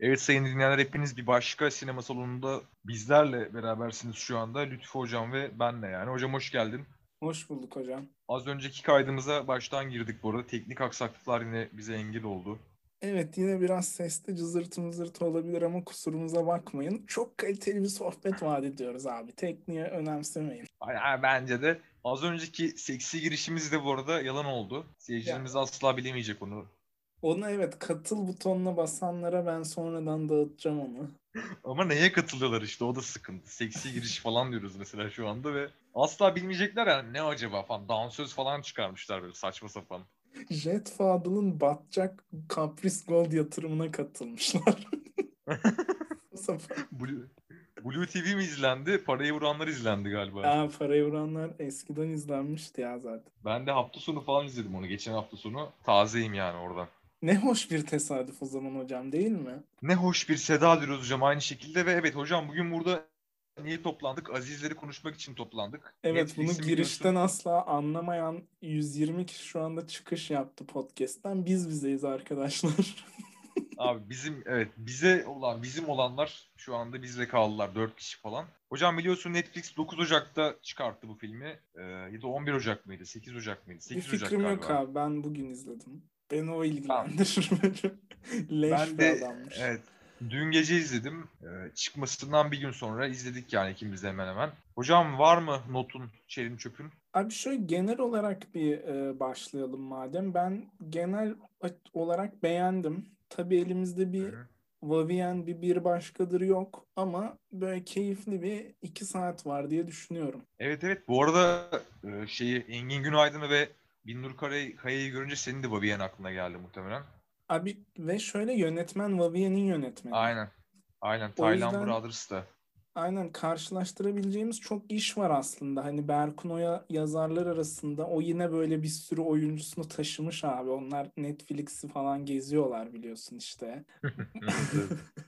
Evet sayın dinleyenler, hepiniz bir başka sinema salonunda bizlerle berabersiniz şu anda. Lütfü Hocam ve benle yani. Hocam hoş geldin. Hoş bulduk hocam. Az önceki kaydımıza baştan girdik bu arada. Teknik aksaklıklar yine bize engel oldu. Evet, yine biraz seste cızırtı mızırtı olabilir ama kusurumuza bakmayın. Çok kaliteli bir sohbet vaat ediyoruz abi. Tekniği önemsemeyin. Bence de az önceki seksi girişimiz de bu arada yalan oldu. Ya, Seyircilerimiz asla bilemeyecek onu. ona evet, katıl butonuna basanlara ben sonradan dağıtacağım onu. Ama neye katılıyorlar işte, o da sıkıntı. Seksi giriş falan diyoruz mesela şu anda ve asla bilmeyecekler yani, ne acaba falan. Dansöz falan çıkarmışlar böyle saçma sapan. Jet Fadıl'ın Batacak Kapris Gold yatırımına katılmışlar. Bu sefer. Blue, Blue TV mi izlendi? Parayı vuranlar izlendi galiba. Parayı vuranlar eskiden izlenmişti ya zaten. Ben de hafta sonu falan izledim onu. Geçen hafta sonu. Tazeyim yani oradan. Ne hoş bir tesadüf o zaman hocam, değil mi? Ne hoş bir seda diyoruz hocam aynı şekilde. Ve evet hocam, bugün burada niye toplandık? Azizleri konuşmak için toplandık. Evet, bunu Netflix'in biliyorsun. girişten asla anlamayan 120 kişi şu anda çıkış yaptı podcast'ten. Biz bizeyiz arkadaşlar. Abi bizim olanlar şu anda bizle kaldılar, 4 kişi falan. Hocam biliyorsun Netflix 9 Ocak'ta çıkarttı bu filmi. Ya da 11 Ocak mıydı? 8 Ocak mıydı? Bir 8 Ocak fikrim yok galiba. abi. Ben bugün izledim. Beni o Tamam. ilgilendirir. Leş Ben bir de adammış. evet, dün gece izledim. Çıkmasından bir gün sonra izledik yani ikimiz de hemen hemen. Hocam var mı notun, çerin çöpün? Abi şöyle genel olarak bir başlayalım madem. Ben genel olarak beğendim. Tabii elimizde Hı bir hı. Vavien bir başkadır yok ama böyle keyifli bir 2 saat var diye düşünüyorum. Evet evet, bu arada Engin Günaydın'ı ve Binnur Kaya'yı görünce senin de Babiyen aklına geldi muhtemelen. Abi ve şöyle, yönetmen Vavia'nın yönetmeni. Aynen. Aynen, O Taylan yüzden Brothers da. aynen karşılaştırabileceğimiz çok iş var aslında. Hani Berkun Oya yazarlar arasında o yine böyle bir sürü oyuncusunu taşımış abi. Onlar Netflix'i falan geziyorlar biliyorsun işte. Evet, evet.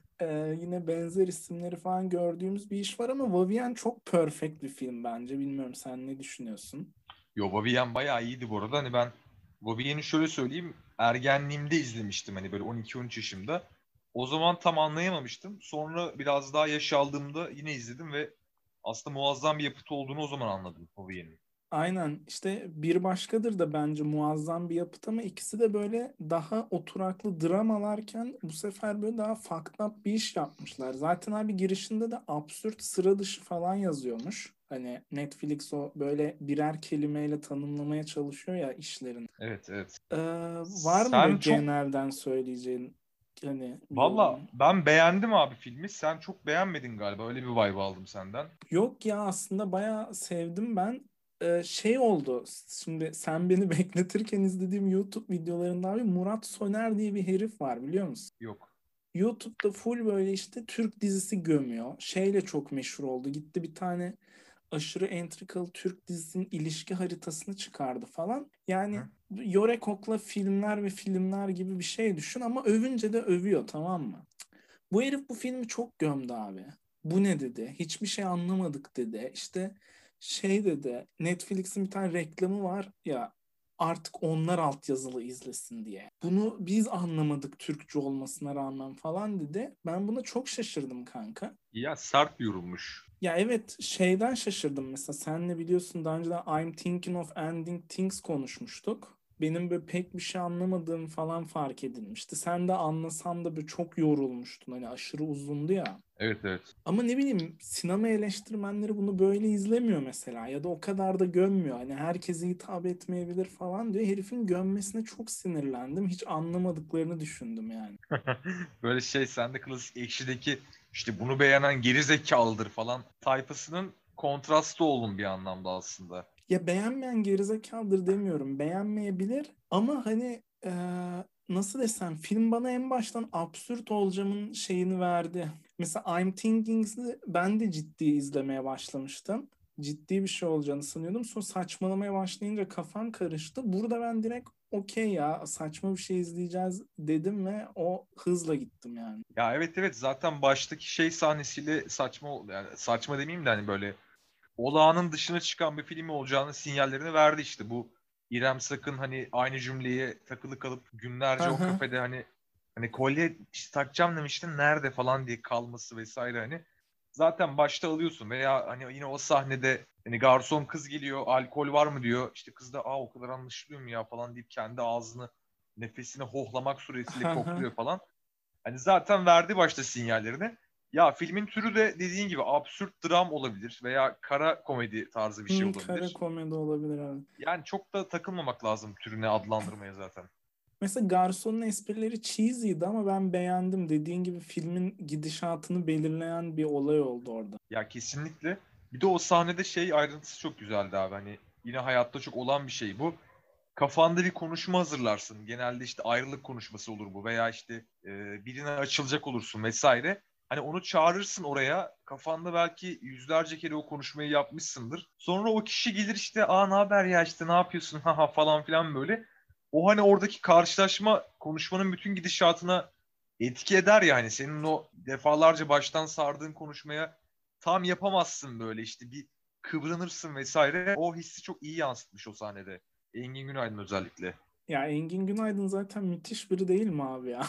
Yine benzer isimleri falan gördüğümüz bir iş var ama Vavien çok perfect bir film bence. Bilmiyorum, sen ne düşünüyorsun? Yo, Babiyen bayağı iyiydi bu arada. Hani ben Babiyen'i şöyle söyleyeyim, ergenliğimde izlemiştim, hani böyle 12-13 yaşımda. O zaman tam anlayamamıştım. Sonra biraz daha yaş aldığımda yine izledim ve aslında muazzam bir yapıt olduğunu o zaman anladım Babiyen'in. Aynen, işte bir başkadır da bence muazzam bir yapıt ama ikisi de böyle daha oturaklı dramalarken bu sefer böyle daha fucked up bir iş yapmışlar. Zaten abi girişinde de absürt, sıra dışı falan yazıyormuş. Hani Netflix o böyle birer kelimeyle tanımlamaya çalışıyor ya işlerin. Evet evet. Ee, Var mı böyle Sen çok genelden söyleyeceğin hani bir Valla yorumun? ben beğendim abi filmi. Sen çok beğenmedin galiba. Öyle bir vibe aldım senden. Yok ya, aslında bayağı sevdim ben. Şey oldu. Şimdi sen beni bekletirken izlediğim YouTube videolarında abi Murat Soner diye bir herif var, biliyor musun? Yok. YouTube'da full böyle işte Türk dizisi gömüyor. Şeyle çok meşhur oldu. Gitti bir tane aşırı entrikalı Türk dizisinin ilişki haritasını çıkardı falan. Yani Hı? Yore Kokla filmler ve filmler gibi bir şey düşün ama övünce de övüyor, tamam mı? Bu herif bu filmi çok gömdü abi. Bu ne dedi? Hiçbir şey anlamadık dedi. İşte şey dedi. Netflix'in bir tane reklamı var ya, artık onlar altyazılı izlesin diye. Bunu biz anlamadık Türkçe olmasına rağmen falan dedi. Ben buna çok şaşırdım kanka. Ya sert bir yorummuş. Ya evet, şeyden şaşırdım mesela. Sen ne biliyorsun, daha önceden I'm Thinking of Ending Things konuşmuştuk. Benim böyle pek bir şey anlamadığım falan fark edilmişti. Sen de anlasan da böyle çok yorulmuştun. Hani aşırı uzundu ya. Evet evet. Ama ne bileyim, sinema eleştirmenleri bunu böyle izlemiyor mesela ya da o kadar da gömmüyor. Hani herkese hitap etmeyebilir falan diyor. Herifin gömmesine çok sinirlendim. Hiç anlamadıklarını düşündüm yani. Böyle sende klasik Ekşi'deki işte bunu beğenen geri zekalıdır falan tayfasının kontrastı oldun bir anlamda aslında. Ya beğenmeyen gerizekalıdır demiyorum. Beğenmeyebilir ama hani nasıl desem, film bana en baştan absürt olacağımın şeyini verdi. Mesela I'm Thinkings'i ben de ciddi izlemeye başlamıştım. Ciddi bir şey olacağını sanıyordum. Sonra saçmalamaya başlayınca kafam karıştı. Burada ben direkt okey ya, saçma bir şey izleyeceğiz dedim ve o hızla gittim yani. Ya evet evet, zaten baştaki sahnesiyle saçma oldu. Yani saçma demeyeyim de hani böyle olağanın dışına çıkan bir film olacağını sinyallerini verdi işte. Bu İrem Sakın hani aynı cümleye takılı kalıp günlerce o Aha. kafede hani Hani kolye işte takacağım demiştin nerede falan diye kalması vesaire hani. Zaten başta alıyorsun veya hani yine o sahnede hani garson kız geliyor alkol var mı diyor. İşte kız da o kadar anlaşılıyor mu ya falan deyip kendi ağzını nefesini hohlamak suretiyle kokluyor falan. Hani zaten verdi başta sinyallerini. Ya filmin türü de dediğin gibi absürt dram olabilir veya kara komedi tarzı bir şey Kara olabilir. komedi olabilir abi. Yani çok da takılmamak lazım türüne adlandırmaya zaten. Mesela Garson'un esprileri cheesy'ydi ama ben beğendim. Dediğin gibi filmin gidişatını belirleyen bir olay oldu orada. Ya kesinlikle. Bir de o sahnede şey ayrıntısı çok güzeldi abi. Hani yine hayatta çok olan bir şey bu. Kafanda bir konuşma hazırlarsın. Genelde işte ayrılık konuşması olur bu veya işte birine açılacak olursun vesaire. Hani onu çağırırsın oraya. Kafanda belki yüzlerce kere o konuşmayı yapmışsındır. Sonra o kişi gelir işte ne haber ya işte ne yapıyorsun haha falan filan böyle. O hani oradaki karşılaşma konuşmanın bütün gidişatına etki eder ya hani senin o defalarca baştan sardığın konuşmaya tam yapamazsın böyle işte bir kıvranırsın vesaire. O hissi çok iyi yansıtmış o sahnede. Engin Günaydın özellikle. Ya Engin Günaydın zaten müthiş biri değil mi abi ya?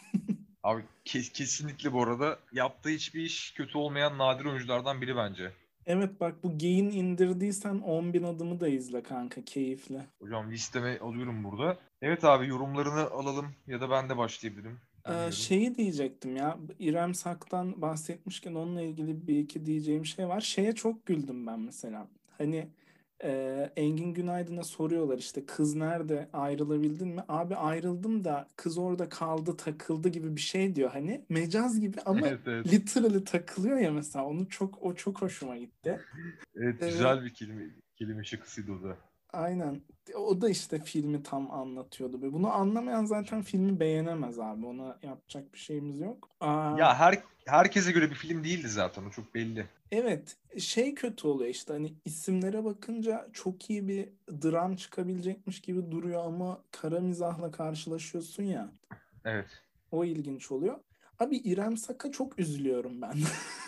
Abi kesinlikle bu arada yaptığı hiçbir iş kötü olmayan nadir oyunculardan biri bence. Evet bak bu Gain indirdiysen 10.000 adımı da izle kanka keyifle. Hocam listeme alıyorum burada. Evet abi yorumlarını alalım ya da ben de başlayabilirim. Bilmiyorum. Şeyi diyecektim ya İrem Sak'tan bahsetmişken onunla ilgili bir iki diyeceğim şey var. Şeye çok güldüm ben mesela. Hani Engin Günaydın'a soruyorlar işte kız nerede ayrılabildin mi? Abi ayrıldım da kız orada kaldı takıldı gibi bir şey diyor. Hani mecaz gibi ama Evet, evet. literally takılıyor ya mesela o çok hoşuma gitti. Evet E, güzel bir kelime şakasıydı o da. aynen o da işte filmi tam anlatıyordu. Ve bunu anlamayan zaten filmi beğenemez abi. Ona yapacak bir şeyimiz yok. Ya herkese göre bir film değildi zaten o çok belli. Evet, şey kötü oluyor işte hani isimlere bakınca çok iyi bir dram çıkabilecekmiş gibi duruyor ama kara mizahla karşılaşıyorsun ya. Evet. O ilginç oluyor. Abi İrem Sak'a çok üzülüyorum ben.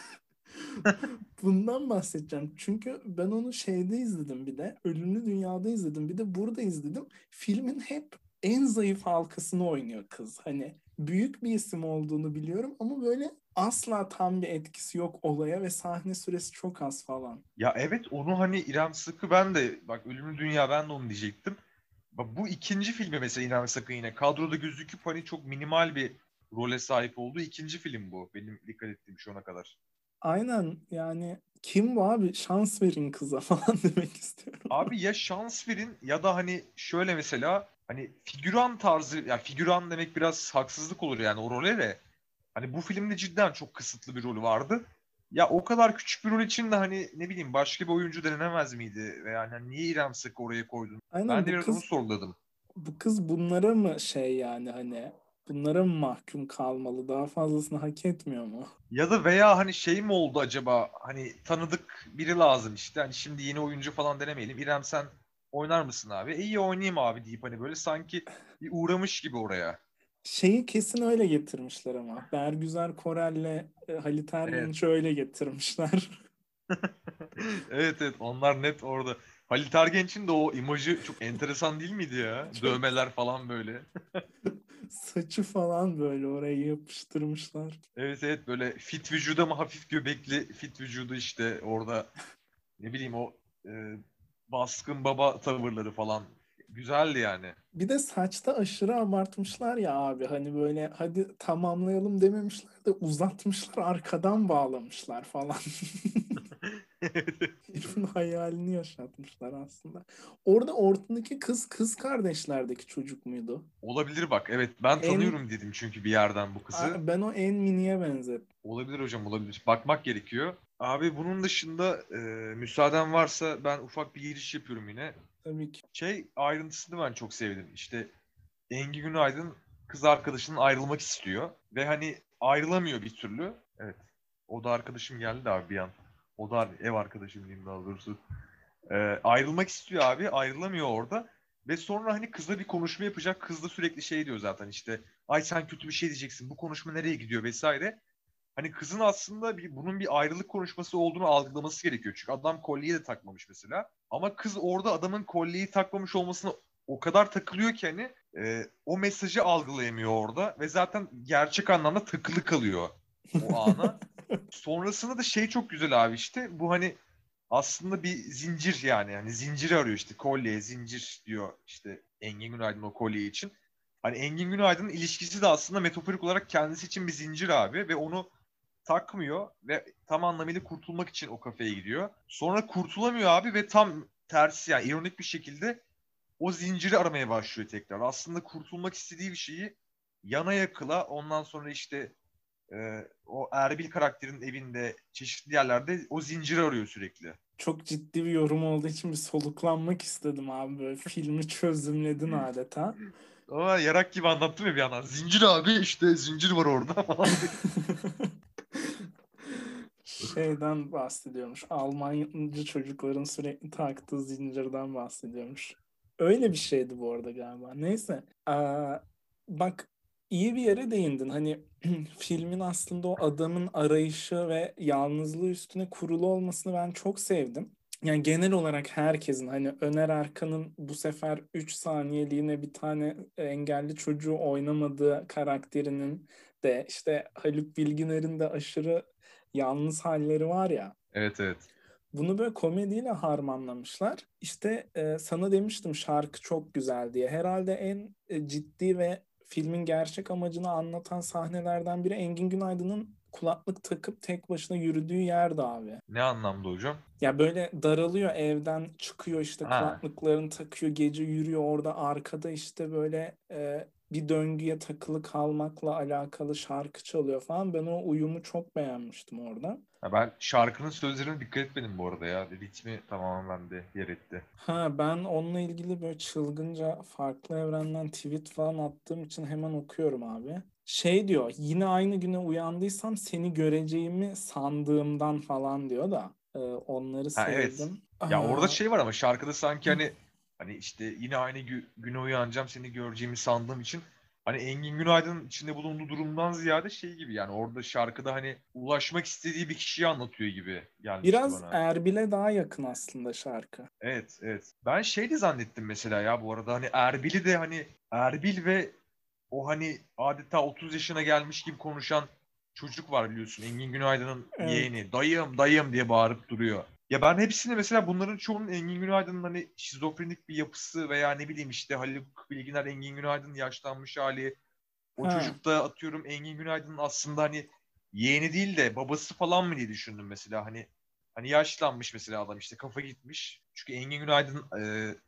Bundan bahsedeceğim. Çünkü ben onu şeyde izledim bir de. Ölümlü Dünya'da izledim. Bir de burada izledim. Filmin hep en zayıf halkasını oynuyor kız. Hani büyük bir isim olduğunu biliyorum ama böyle asla tam bir etkisi yok olaya ve sahne süresi çok az falan. Ya evet onu hani İrem Sıkı ben de bak Ölümlü Dünya ben de onu diyecektim. Bak bu ikinci filmi mesela İrem Sakın yine kadroda gözüküp hani çok minimal bir role sahip olduğu ikinci film bu. Benim dikkat ettiğim şu ana kadar. Aynen yani kim bu abi? Şans verin kıza falan demek istiyorum. Abi ya şans verin ya da hani şöyle mesela hani figüran tarzı ya figüran demek biraz haksızlık olur yani o role de. Hani bu filmde cidden çok kısıtlı bir rolü vardı. Ya o kadar küçük bir rol için de hani ne bileyim başka bir oyuncu denenemez miydi? Ve yani hani niye İrem Sık oraya koydun? Ben Aynen de biraz onu sorguladım. bu kız bunlara mı şey yani hani bunlara mı mahkum kalmalı? Daha fazlasını hak etmiyor mu? Ya da veya hani şey mi oldu acaba? Hani tanıdık biri lazım işte. Hani şimdi yeni oyuncu falan denemeyelim. İrem sen oynar mısın abi? İyi oynayayım abi deyip hani böyle sanki bir uğramış gibi oraya. Şeyi kesin öyle getirmişler ama. Bergüzar Korel'le Halit Evet. Ergenç'i öyle getirmişler. Evet, evet, onlar net orada. Halit Ergenç'in de o imajı çok enteresan değil miydi ya? Çok Dövmeler falan böyle. saçı falan böyle oraya yapıştırmışlar. Evet, evet, böyle fit vücuda mı hafif göbekli fit vücudu işte orada ne bileyim o e, baskın baba tavırları falan güzeldi yani. Bir de saçta aşırı abartmışlar ya abi. Hani böyle hadi tamamlayalım dememişler de uzatmışlar arkadan bağlamışlar falan. Herifin hayalini yaşatmışlar aslında. Orada ortadaki kız kardeşlerdeki çocuk muydu? Olabilir bak evet ben En tanıyorum dedim çünkü bir yerden bu kızı. ben o en miniye benzettim. Olabilir hocam olabilir. Bakmak gerekiyor. Abi bunun dışında müsaaden varsa ben ufak bir giriş yapıyorum yine. Tabii ki. Şey ayrıntısını ben çok sevdim. İşte Engin Günaydın kız arkadaşının ayrılmak istiyor. Ve hani ayrılamıyor bir türlü. Evet. O da arkadaşım geldi de abi bir an. O da ev arkadaşım diyeyim daha doğrusu. Ayrılmak istiyor abi. Ayrılamıyor orada. Ve sonra hani kızla bir konuşma yapacak. Kız da sürekli şey diyor zaten işte. Ay sen kötü bir şey diyeceksin. Bu konuşma nereye gidiyor vesaire. Hani kızın aslında bunun bir ayrılık konuşması olduğunu algılaması gerekiyor. Çünkü adam kolyeyi de takmamış mesela. Ama kız orada adamın kolyeyi takmamış olmasını o kadar takılıyor ki hani o mesajı algılayamıyor orada ve zaten gerçek anlamda takılı kalıyor o ana. Sonrasında da şey çok güzel abi, işte bu hani aslında bir zincir yani. Hani zinciri arıyor işte, kolye, zincir diyor işte Engin Günaydın o kolye için. Hani Engin Günaydın'ın ilişkisi de aslında metaforik olarak kendisi için bir zincir abi ve onu takmıyor ve tam anlamıyla kurtulmak için o kafeye gidiyor. Sonra kurtulamıyor abi ve tam tersi, yani ironik bir şekilde o zinciri aramaya başlıyor tekrar. Aslında kurtulmak istediği bir şeyi yana yakıla, ondan sonra işte o Erbil karakterinin evinde, çeşitli yerlerde o zinciri arıyor sürekli. Çok ciddi bir yorum olduğu için bir soluklanmak istedim abi, böyle filmi çözümledin adeta. Ama yarak gibi anlattım ya bir yandan. Zincir abi, işte zincir var orada falan diye. Şeyden bahsediyormuş. Almancı çocukların sürekli taktığı zincirden bahsediyormuş. Öyle bir şeydi bu arada galiba. Neyse. Bak, iyi bir yere değindin. Hani filmin aslında o adamın arayışı ve yalnızlığı üstüne kurulu olmasını ben çok sevdim. Yani genel olarak herkesin, hani Öner Erkan'ın bu sefer 3 saniyeliğine bir tane engelli çocuğu oynamadığı karakterinin de, işte Haluk Bilginer'in de aşırı yalnız halleri var ya. Evet, evet. Bunu böyle komediyle harmanlamışlar. İşte sana demiştim şarkı çok güzel diye. Herhalde en ciddi ve filmin gerçek amacını anlatan sahnelerden biri Engin Günaydın'ın kulaklık takıp tek başına yürüdüğü yerde abi. Ne anlamda hocam? Ya böyle daralıyor, evden çıkıyor, işte Ha. kulaklıklarını takıyor, gece yürüyor, orada arkada işte böyle bir döngüye takılı kalmakla alakalı şarkı çalıyor falan. Ben o uyumu çok beğenmiştim orada. Ha, ben şarkının sözlerine dikkat etmedim bu arada ya. Ritmi tamamen bende yer etti. Ha, ben onunla ilgili böyle çılgınca farklı evrenden tweet falan attığım için hemen okuyorum abi. Şey diyor, yine aynı güne uyandıysam seni göreceğimi sandığımdan falan diyor da onları Ha, evet. sevdim. Ya orada şey var ama şarkıda sanki hani işte yine aynı güne uyanacağım seni göreceğimi sandığım için, hani Engin Günaydın'ın içinde bulunduğu durumdan ziyade şey gibi, yani orada şarkıda hani ulaşmak istediği bir kişiyi anlatıyor gibi gelmişti Biraz bana. Erbil'e daha yakın aslında şarkı. Evet, evet. Ben şey de zannettim mesela ya bu arada, hani Erbil'i de, hani Erbil ve o hani adeta 30 yaşına gelmiş gibi konuşan çocuk var biliyorsun. Engin Günaydın'ın Evet. yeğeni. Dayım dayım diye bağırıp duruyor. Ya ben hepsini, mesela bunların çoğunun Engin Günaydın'ın hani şizofrenik bir yapısı veya ne bileyim işte Haluk Bilginer Engin Günaydın'ın yaşlanmış hali. O Ha. çocuk da atıyorum Engin Günaydın'ın aslında hani yeğeni değil de babası falan mı diye düşündüm mesela. Hani yaşlanmış mesela adam, işte kafa gitmiş. Çünkü Engin Günaydın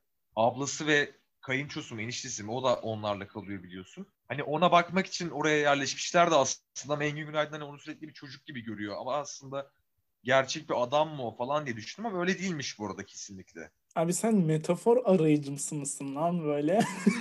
ablası ve kayınçosu mu eniştesi mi, o da onlarla kalıyor biliyorsun. Hani ona bakmak için oraya yerleşmişler de aslında, ama Engin Günaydın hani onu sürekli bir çocuk gibi görüyor. Ama aslında gerçek bir adam mı o falan diye düşündüm, ama öyle değilmiş bu arada kesinlikle. Abi sen metafor arayıcısı mısın lan böyle?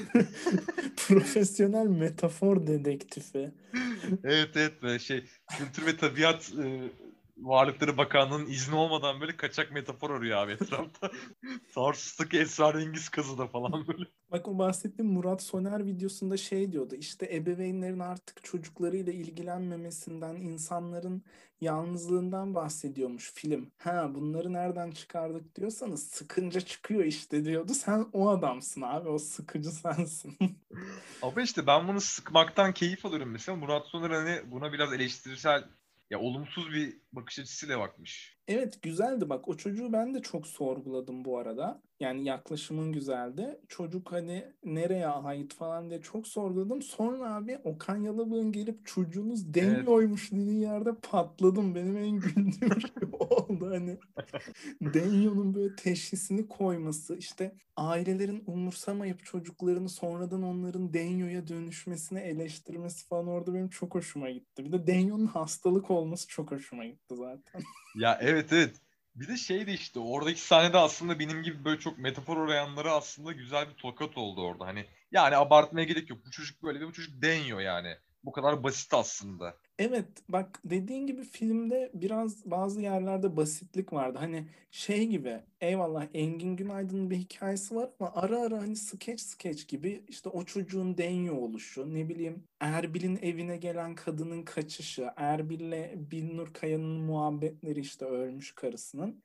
Profesyonel metafor dedektifi. Evet, evet, böyle şey, Kültür ve Tabiat Varlıkları Bakanlığı'nın izni olmadan böyle kaçak metafor arıyor abi etrafta. Tarsus'taki esrarengiz kazıda falan böyle. Bak, o bahsettiğim Murat Soner videosunda şey diyordu, işte ebeveynlerin artık çocuklarıyla ilgilenmemesinden, insanların yalnızlığından bahsediyormuş film. Ha, bunları nereden çıkardık diyorsanız sıkınca çıkıyor işte diyordu. Sen o adamsın abi, o sıkıcı sensin. Ama işte ben bunu sıkmaktan keyif alıyorum mesela. Murat Soner hani buna biraz eleştirisel, ya olumsuz bir bakış açısıyla bakmış. Evet, güzeldi bak, o çocuğu ben de çok sorguladım bu arada. Yani yaklaşımın güzeldi. Çocuk hani nereye ait falan diye çok sorguladım. Sonra abi Okan Yalabık'ın gelip çocuğunuz Evet. Denyo'ymuş dediği yerde patladım. Benim en güldüğüm şey o oldu hani. Denyo'nun böyle teşhisini koyması, işte ailelerin umursamayıp çocuklarını sonradan onların Denyo'ya dönüşmesini eleştirmesi falan, orada benim çok hoşuma gitti. Bir de Denyo'nun hastalık olması çok hoşuma gitti zaten. Ya, evet, evet. Bir de şeydi işte oradaki sahnede aslında benim gibi böyle çok metafor arayanlara aslında güzel bir tokat oldu orada. Hani yani abartmaya gerek yok. Bu çocuk böyle, bu çocuk deniyor yani. Bu kadar basit aslında. Evet, bak dediğin gibi filmde biraz bazı yerlerde basitlik vardı. Hani şey gibi, eyvallah Engin Günaydın'ın bir hikayesi var ama ara ara hani skeç gibi işte o çocuğun denyo oluşu, ne bileyim Erbil'in evine gelen kadının kaçışı, Erbil'le Bilnur Kaya'nın muhabbetleri, işte ölmüş karısının.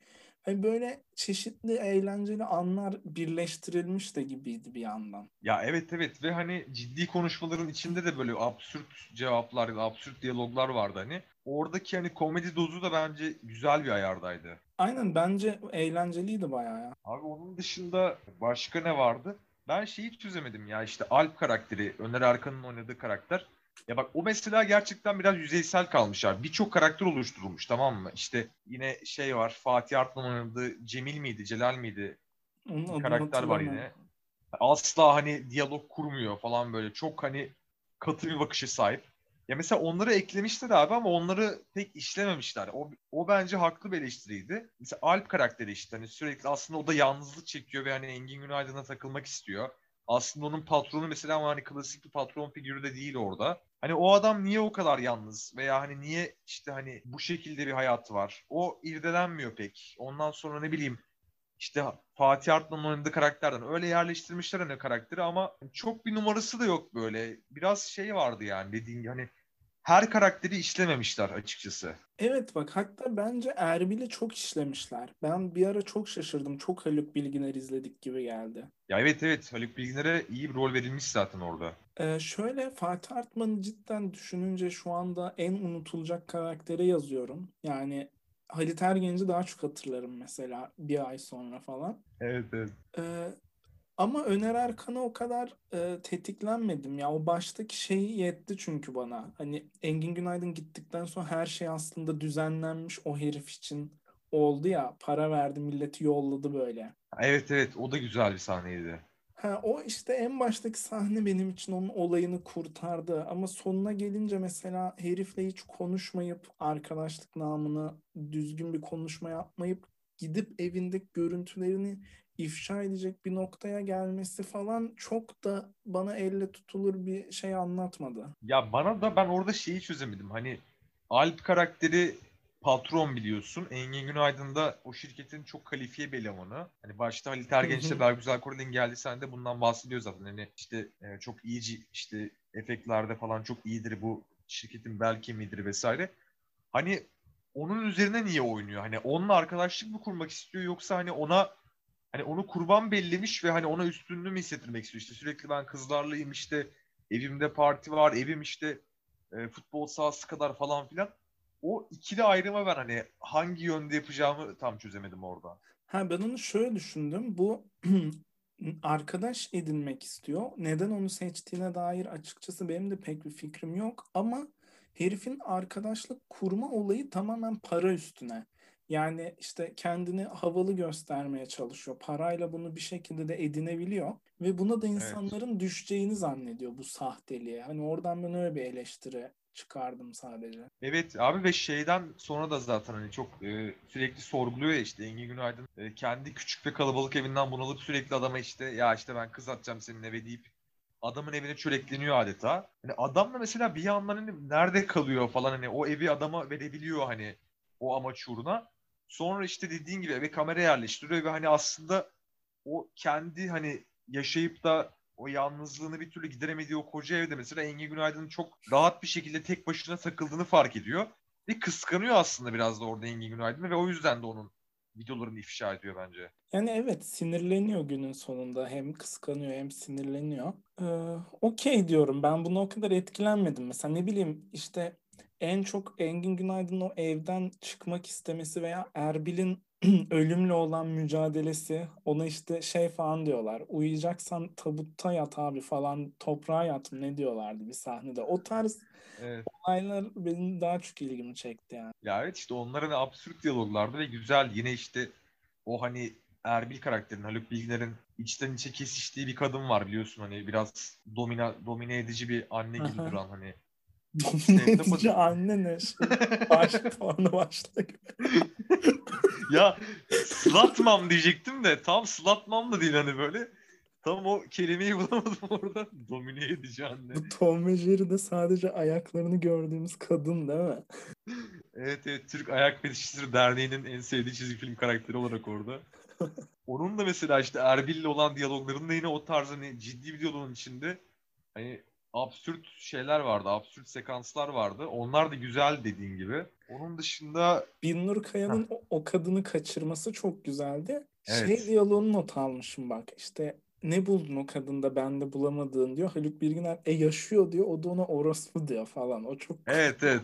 Hani böyle çeşitli eğlenceli anlar birleştirilmiş de gibiydi bir yandan. Ya evet evet ve hani ciddi konuşmaların içinde de böyle absürt cevaplar, absürt diyaloglar vardı hani. Oradaki hani komedi dozu da bence güzel bir ayardaydı. Aynen, bence eğlenceliydi bayağı ya. Abi onun dışında başka ne vardı? Ben şeyi çözemedim ya işte Alp karakteri, Öner Erkan'ın oynadığı karakter. Ya bak o mesela gerçekten biraz yüzeysel kalmış abi. Birçok karakter oluşturulmuş tamam mı? İşte yine şey var Fatih Artman oynadığı Cemil miydi, Celal miydi? Onun Bir adını karakter var hatırlamıyorum. yine. Asla hani diyalog kurmuyor falan böyle. Çok hani katı bir bakışa sahip. Ya mesela onları eklemişler abi ama onları pek işlememişler. O bence haklı bir eleştiriydi. Mesela Alp karakteri işte hani sürekli aslında o da yalnızlık çekiyor ve hani Engin Günaydın'a takılmak istiyor. Aslında onun patronu mesela ama hani klasik bir patron figürü de değil orada. Hani o adam niye o kadar yalnız veya hani niye işte hani bu şekilde bir hayatı var? O irdelenmiyor pek. Ondan sonra ne bileyim işte Fatih Artman'ın oynadığı karakterden öyle yerleştirmişler hani karakteri ama çok bir numarası da yok böyle. Biraz şey vardı yani dediğin gibi hani her karakteri işlememişler açıkçası. Evet bak, hatta bence Erbil'i çok işlemişler. Ben bir ara çok şaşırdım. Çok Haluk Bilginer izledik gibi geldi. Ya evet evet Haluk Bilginer'e iyi bir rol verilmiş zaten orada. Şöyle Fatih Artman'ı cidden düşününce şu anda en unutulacak karaktere yazıyorum. Yani Halit Ergenç'i daha çok hatırlarım mesela bir ay sonra falan. Evet evet. Ee, Ama Öner Erkan'a o kadar tetiklenmedim ya. O baştaki şey yetti çünkü bana. Hani Engin Günaydın gittikten sonra her şey aslında düzenlenmiş o herif için oldu ya. Para verdi, milleti yolladı böyle. Evet evet o da güzel bir sahneydi. Ha, o işte en baştaki sahne benim için onun olayını kurtardı. Ama sonuna gelince mesela herifle hiç konuşmayıp arkadaşlık namına düzgün bir konuşma yapmayıp gidip evindeki görüntülerini ifşa edecek bir noktaya gelmesi falan çok da bana elle tutulur bir şey anlatmadı. Ya bana da ben orada şeyi çözemedim. Hani Alp karakteri patron biliyorsun. Engin Günaydın da o şirketin çok kalifiye bir elemanı. Hani başta Halit Hı Ergenç ile hı. Bergüzar Korel'in geldiği sahnede bundan bahsediyor zaten. Hani işte çok iyici işte efektlerde falan çok iyidir bu şirketin bel kemiğidir vesaire. Hani onun üzerine niye oynuyor? Hani onunla arkadaşlık mı kurmak istiyor yoksa hani ona hani onu kurban bellemiş ve hani ona üstünlüğü mü hissettirmek istiyor? İşte sürekli ben kızlarlayım işte evimde parti var, evim işte futbol sahası kadar falan filan. O ikili ayrıma ben hani hangi yönde yapacağımı tam çözemedim orada. Ha, ben onu şöyle düşündüm. Bu arkadaş edinmek istiyor. Neden onu seçtiğine dair açıkçası benim de pek bir fikrim yok. Ama herifin arkadaşlık kurma olayı tamamen para üstüne. Yani işte kendini havalı göstermeye çalışıyor. Parayla bunu bir şekilde de edinebiliyor. Ve buna da Evet. insanların düşeceğini zannediyor, bu sahteliğe. Hani oradan ben öyle bir eleştiri çıkardım sadece. Evet abi ve şeyden sonra da zaten hani çok sürekli sorguluyor ya işte Engin Günaydın kendi küçük ve kalabalık evinden bunalıp sürekli adama işte ya işte ben kız atacağım senin eve deyip adamın evine çörekleniyor adeta. Hani adam da mesela bir yandan hani nerede kalıyor falan hani o evi adama verebiliyor hani o amaç uğruna. Sonra işte dediğin gibi eve kamera yerleştiriyor ve hani aslında o kendi hani yaşayıp da o yalnızlığını bir türlü gideremediği o koca evde mesela Engin Günaydın'ın çok rahat bir şekilde tek başına takıldığını fark ediyor. Ve kıskanıyor aslında biraz da orada Engin Günaydın'ı ve o yüzden de onun videolarını ifşa ediyor bence. Yani evet, sinirleniyor günün sonunda. Hem kıskanıyor hem sinirleniyor. Okey diyorum. Ben buna o kadar etkilenmedim. Mesela ne bileyim işte en çok Engin Günaydın'ın o evden çıkmak istemesi veya Erbil'in ölümle olan mücadelesi, ona işte şey falan diyorlar. Uyuyacaksan tabutta yat abi falan, toprağa yat mı ne diyorlardı bir sahnede. O tarz Evet. olaylar benim daha çok ilgimi çekti yani. Ya evet işte onların absürt diyaloglardı ve güzel. Yine işte o hani Erbil karakterinin Haluk Bilginer'in içten içe kesiştiği bir kadın var biliyorsun hani biraz domine edici bir anne gibi Aha. duran hani Domine Sevtap edici adı. anne ne şey. Aşk puanı başla gibi. Ya Slatmam diyecektim de tam Slatmam da değil hani böyle. Tam o kelimeyi bulamadım orada. Domine edici anne. Bu Tom ve Jerry'de sadece ayaklarını gördüğümüz kadın değil mi? Evet evet Türk Ayak Fetişçileri Derneği'nin en sevdiği çizgi film karakteri olarak orada. Onun da mesela işte Erbil'le olan diyaloglarında yine o tarz hani ciddi bir diyaloğun içinde hani absürt şeyler vardı. Absürt sekanslar vardı. Onlar da güzel dediğin gibi. Onun dışında Binnur heh, Kaya'nın o kadını kaçırması çok güzeldi. Şey Evet. diyaloğunu not almışım bak. İşte ne buldun o kadında bende bulamadığın diyor. Haluk Bilginer yaşıyor diyor. O da ona orospu diyor falan. O çok Evet, evet.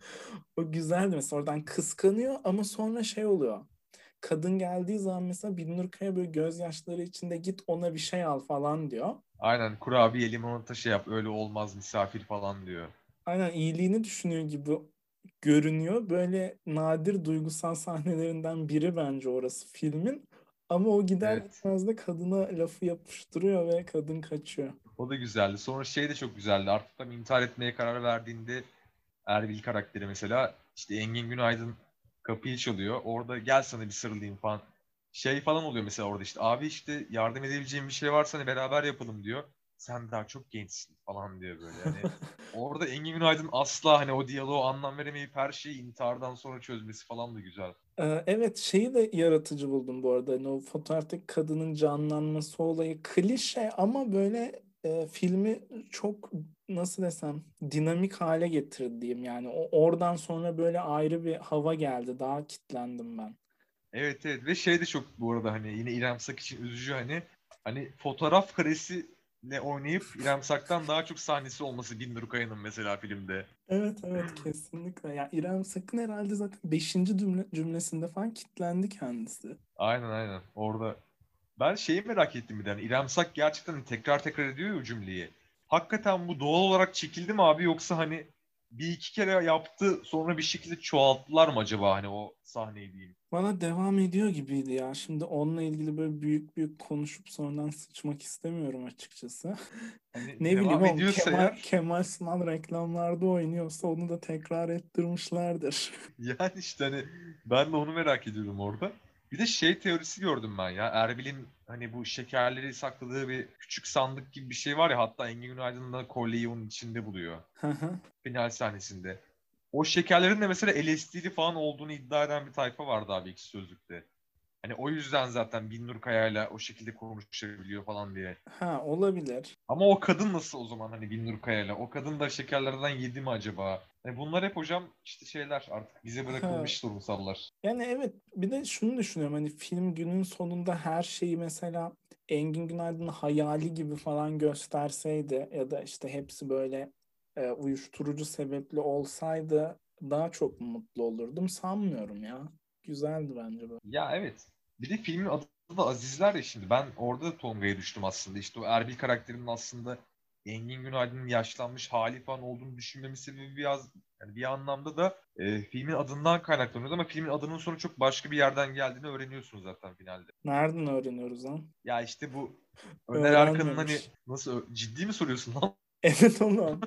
o güzeldi mesela, oradan kıskanıyor ama sonra şey oluyor. Kadın geldiği zaman mesela Binnur Kaya böyle gözyaşları içinde git ona bir şey al falan diyor. Aynen, kurabiye limonata şey yap, öyle olmaz misafir falan diyor. Aynen iyiliğini düşünüyor gibi görünüyor. Böyle nadir duygusal sahnelerinden biri bence orası filmin. Ama o gider Evet. gitmez de kadına lafı yapıştırıyor ve kadın kaçıyor. O da güzeldi. Sonra şey de çok güzeldi. Artık tam intihar etmeye karar verdiğinde Erbil karakteri mesela işte Engin Günaydın kapıyı çalıyor. Orada gel sana bir sarılayım falan. Şey falan oluyor mesela orada, işte abi işte yardım edebileceğim bir şey varsa hani beraber yapalım diyor. Sen daha çok gençsin falan diyor böyle. Yani orada Engin Günaydın asla hani o diyaloğu anlam veremeyip her şeyi intihardan sonra çözmesi falan da güzel. Evet, şeyi de yaratıcı buldum bu arada. Hani o fotoğraftaki kadının canlanması olayı klişe ama böyle filmi çok, nasıl desem, dinamik hale getirdi diyeyim. Yani oradan sonra böyle ayrı bir hava geldi. Daha kitlendim ben. Evet, evet, ve şey de çok bu arada, hani yine İrem Sak için üzücü, hani fotoğraf karesiyle oynayıp İrem Sak'tan daha çok sahnesi olması Bindur Kaya'nın mesela filmde. Evet, evet, kesinlikle. Ya İrem Sakın herhalde zaten beşinci cümlesinde falan kitlendi kendisi. Aynen, aynen. Orada ben şeyi merak ettim bir de. Hani İrem Sak gerçekten tekrar tekrar ediyor ya o cümleyi. Hakikaten bu doğal olarak çekildi mi abi, yoksa hani bir iki kere yaptı sonra bir şekilde çoğalttılar mı acaba hani o sahneyi diyeyim. Bana devam ediyor gibiydi ya. Şimdi onunla ilgili böyle büyük büyük konuşup sonradan sıçmak istemiyorum açıkçası. Hani Ne bileyim devam oğlum, ediyorsa Kemal, eğer Kemal Sunal reklamlarda oynuyorsa onu da tekrar ettirmişlerdir. yani işte hani ben de onu merak ediyorum orada. Bir de şey teorisi gördüm ben ya. Erbil'in hani bu şekerleri sakladığı bir küçük sandık gibi bir şey var ya. Hatta Engin Günaydın da kolyeyi onun içinde buluyor. Hı hı. Final sahnesinde. O şekerlerin de mesela LSD'li falan olduğunu iddia eden bir tayfa vardı abi Ekşi Sözlük'te. Hani o yüzden zaten Binnur Kaya'yla o şekilde konuşabiliyor falan diye. Ha, olabilir. Ama o kadın nasıl o zaman, hani Binnur Kaya'yla? O kadın da şekerlerden yedi mi acaba? Bunlar hep hocam işte şeyler, artık bize Ha, bırakılmış sorunsallar. yani evet, bir de şunu düşünüyorum, hani film günün sonunda her şeyi mesela Engin Günaydın'ın hayali gibi falan gösterseydi ya da işte hepsi böyle uyuşturucu sebepli olsaydı daha çok mutlu olurdum. Sanmıyorum ya. Güzeldi bence bu. Ya evet. Bir de filmin adı da Azizler ya şimdi. Ben orada da Tonga'ya düştüm aslında. İşte o Erbil karakterinin aslında Engin Günaydın'ın yaşlanmış hali falan olduğunu düşünmemin sebebi biraz, yani bir anlamda da filmin adından kaynaklanıyor ama filmin adının sonu çok başka bir yerden geldiğini öğreniyorsun zaten finalde. Nereden öğreniyoruz lan? Ya işte bu Öner Erkan'ın hani Öğrenmemiş. nasıl, ciddi mi soruyorsun lan? Evet oğlum.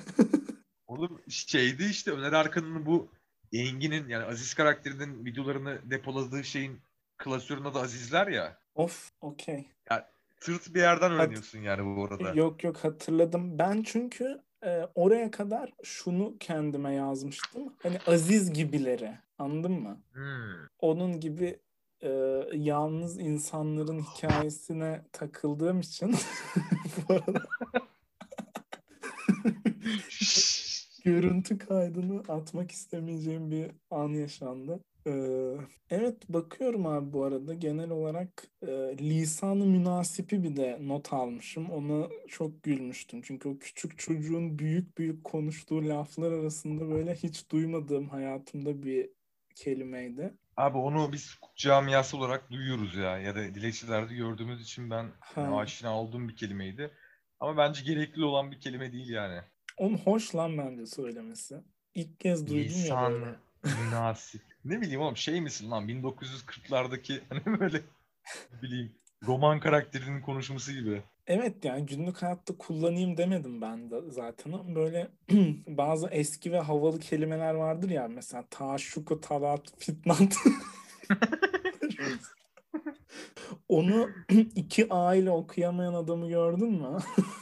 Oğlum şeydi işte, Öner Erkan'ın bu Engin'in yani Aziz karakterinin videolarını depoladığı şeyin klasörün adı Azizler ya. Of, okey. Ya tırt bir yerden Hat öğreniyorsun yani bu arada. Yok, yok, hatırladım. Ben çünkü oraya kadar şunu kendime yazmıştım. Hani Aziz gibileri. Anladın mı? Hmm. Onun gibi e, yalnız insanların hikayesine takıldığım için bu arada görüntü kaydını atmak istemeyeceğim bir an yaşandı. Evet, bakıyorum abi, bu arada genel olarak lisanı münasipi bir de not almışım. Ona çok gülmüştüm. Çünkü o küçük çocuğun büyük büyük konuştuğu laflar arasında böyle hiç duymadığım hayatımda bir kelimeydi. Abi onu biz hukuk camiası olarak duyuyoruz ya, ya da dilekçelerde gördüğümüz için ben hani Ha, aşina olduğum bir kelimeydi. Ama bence gerekli olan bir kelime değil yani. onun hoş lan bence söylemesi. İlk kez duydum ya böyle. Lisan münasip. Ne bileyim oğlum, şey misin lan 1940'lardaki hani böyle, ne bileyim, roman karakterinin konuşması gibi. Evet, yani günlük hayatta kullanayım demedim ben de zaten, ama böyle bazı eski ve havalı kelimeler vardır ya, mesela taşşuku, talat, fitnat. Onu iki A ile okuyamayan adamı gördün mü?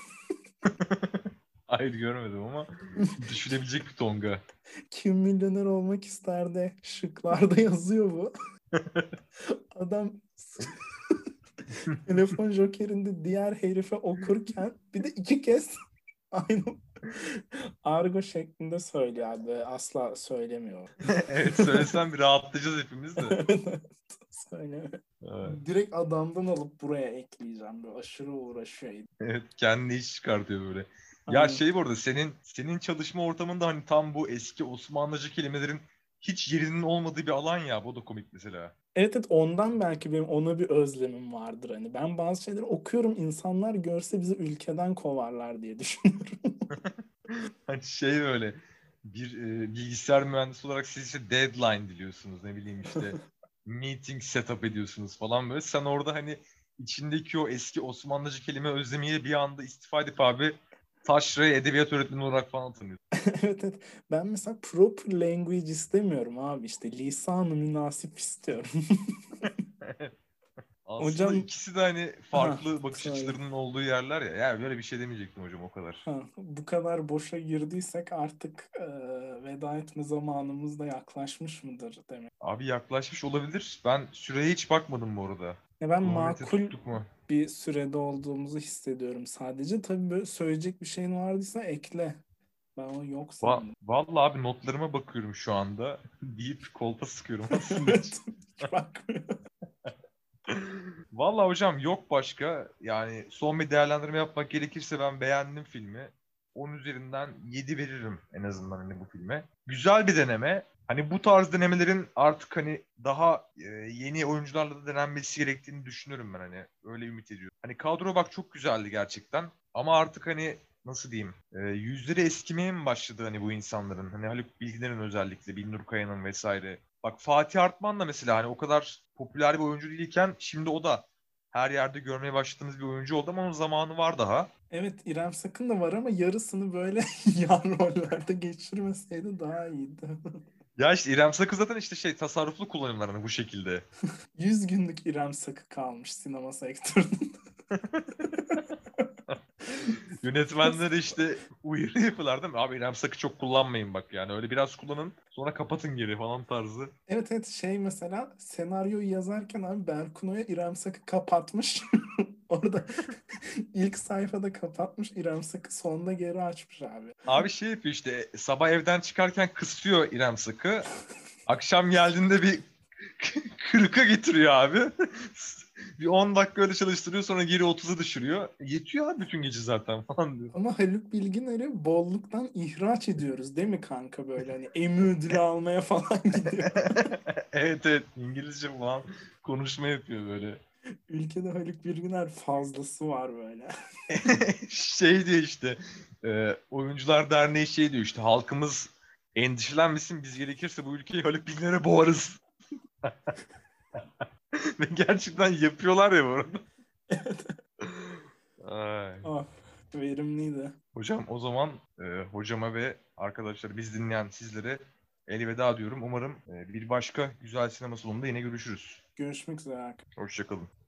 Hayır, görmedim ama düşünebilecek bir tonga. Kim milyoner olmak isterdi? Şıklarda yazıyor bu. Adam telefon jokerinde diğer herife okurken bir de iki kez aynı Argo şeklinde söylüyor abi. Asla söylemiyor. Evet, söylesem bir rahatlayacağız hepimiz de. Evet, söylemiyor. Evet, Direkt adamdan alıp buraya ekleyeceğim. Böyle aşırı uğraşıyor. evet, kendi iş çıkartıyor böyle. Ya Aynen. şey, bu arada senin çalışma ortamında hani tam bu eski Osmanlıca kelimelerin hiç yerinin olmadığı bir alan ya. Bu da komik mesela. Evet, evet, ondan belki benim ona bir özlemim vardır. Hani ben bazı şeyleri okuyorum, insanlar görse bizi ülkeden kovarlar diye düşünüyorum. Hani şey böyle bir bilgisayar mühendisi olarak siz işte deadline diliyorsunuz, ne bileyim işte meeting setup ediyorsunuz falan böyle. Sen orada hani içindeki o eski Osmanlıca kelime özlemiyle bir anda istifa edip abi taşraya edebiyat öğretmeni olarak falan tanıyorsun. Evet, evet. Ben mesela proper language istemiyorum abi, işte lisan-ı münasip istiyorum. Aslında Hocam, ikisi de hani ha farklı bakış söyle. açılarının olduğu yerler ya. Yani böyle bir şey demeyecektim hocam, o kadar. Ha, bu kadar boşa girdiysek artık veda etme zamanımız da yaklaşmış mıdır demek. Abi yaklaşmış olabilir. Ben süreye hiç bakmadım bu arada. Ben Kronometre makul tuttuk mu? bir sürede olduğumuzu hissediyorum sadece. Tabii böyle söyleyecek bir şeyin vardıysa ekle. Ben o yok sandım. Vallahi abi notlarıma bakıyorum şu anda deyip kolpa sıkıyorum aslında hiç. Evet. Hiç bakmıyorum. Vallahi hocam yok başka. Yani son bir değerlendirme yapmak gerekirse ben beğendim filmi. 10 üzerinden 7 veririm en azından hani bu filme. Güzel bir deneme. Hani bu tarz denemelerin artık hani daha yeni oyuncularla da denenmesi gerektiğini düşünüyorum ben hani. Öyle ümit ediyorum. Hani kadro bak çok güzeldi gerçekten. Ama artık hani nasıl diyeyim? Yüzleri eskimeye mi başladı hani bu insanların? Hani Haluk Bilginer'in, özellikle Bilnur Kaya'nın vesaire. Bak Fatih Artman da mesela hani o kadar popüler bir oyuncu değilken şimdi o da her yerde görmeye başladığımız bir oyuncu oldu ama onun zamanı var daha. Evet, İrem Sakın da var ama yarısını böyle yan rollerde geçirmeseydi daha iyiydi. Ya işte İrem Sakız zaten işte şey tasarruflu kullanımlar hani bu şekilde. 100 günlük İrem Sakı kalmış sinema sektöründe. Yönetmenlere işte uyarı yapıyorlar değil mi? Abi İrem Sak'ı çok kullanmayın bak, yani öyle biraz kullanın sonra kapatın geri falan tarzı. Evet, evet, şey mesela senaryoyu yazarken abi Berkun Oya İrem Sak'ı kapatmış. Orada ilk sayfada kapatmış, İrem Sak'ı sonda geri açmış abi. Abi şey yapıyor işte, sabah evden çıkarken kısıyor İrem Sak'ı. Akşam geldiğinde bir 40'a getiriyor abi. Bir 10 dakika öyle çalıştırıyor, sonra geri 30'a düşürüyor. Yetiyor abi bütün gece zaten falan diyor. Ama Haluk Bilginer'i bolluktan ihraç ediyoruz değil mi kanka, böyle hani Emmy ödülü almaya falan gidiyor. Evet, evet, İngilizce falan konuşma yapıyor böyle. Ülkede Haluk Bilginer fazlası var böyle. Şey diyor işte Oyuncular Derneği şey diyor işte, halkımız endişelenmesin, biz gerekirse bu ülkeyi Haluk Bilginer'e boğarız. Ve gerçekten yapıyorlar ya bu arada. Ay. Ah, verimliydi. Hocam o zaman hocama ve arkadaşlar, biz dinleyen sizlere elveda diyorum. Umarım bir başka güzel sinema salonunda yine görüşürüz. Görüşmek üzere. Hoşça kalın.